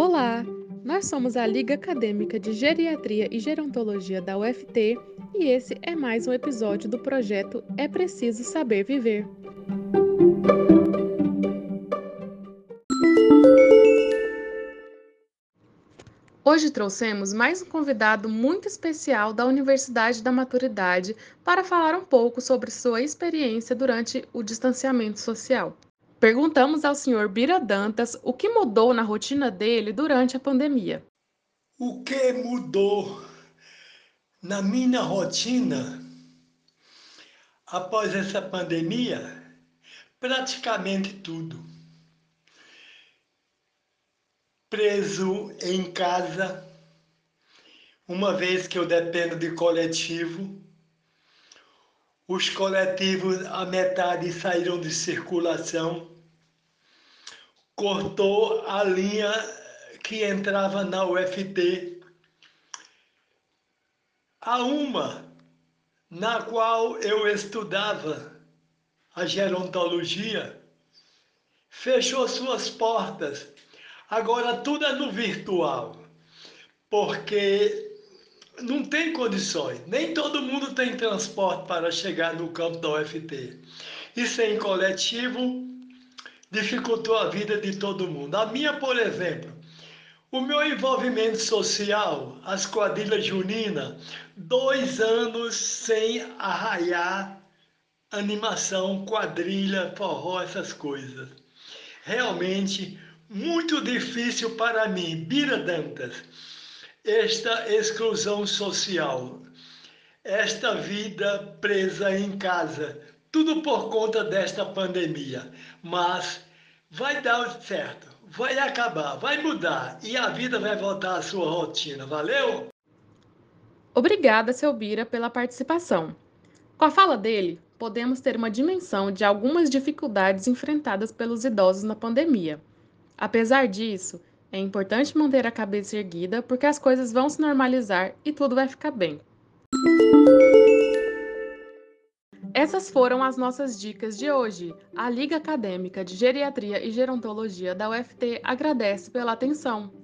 Olá! Nós somos a Liga Acadêmica de Geriatria e Gerontologia da UFT e esse é mais um episódio do projeto É Preciso Saber Viver. Hoje trouxemos mais um convidado muito especial da Universidade da Maturidade para falar um pouco sobre sua experiência durante o distanciamento social. Perguntamos ao Sr. Bira Dantas o que mudou na rotina dele durante a pandemia. O que mudou na minha rotina após essa pandemia? Praticamente tudo. Preso em casa, uma vez que eu dependo de coletivo, os coletivos, a metade saíram de circulação, cortou a linha que entrava na UFT, a uma na qual eu estudava a gerontologia, fechou suas portas. Agora tudo é no virtual, porque não tem condições. Nem todo mundo tem transporte para chegar no campo da UFT. E sem coletivo, dificultou a vida de todo mundo. A minha, por exemplo, o meu envolvimento social, as quadrilhas juninas, 2 anos sem arraiar, animação, quadrilha, forró, essas coisas. Realmente muito difícil para mim, Bira Dantas, esta exclusão social, esta vida presa em casa, tudo por conta desta pandemia. Mas vai dar certo, vai acabar, vai mudar e a vida vai voltar à sua rotina. Valeu? Obrigada, seu Bira, pela participação. Com a fala dele, podemos ter uma dimensão de algumas dificuldades enfrentadas pelos idosos na pandemia. Apesar disso, é importante manter a cabeça erguida porque as coisas vão se normalizar e tudo vai ficar bem. Essas foram as nossas dicas de hoje. A Liga Acadêmica de Geriatria e Gerontologia da UFT agradece pela atenção.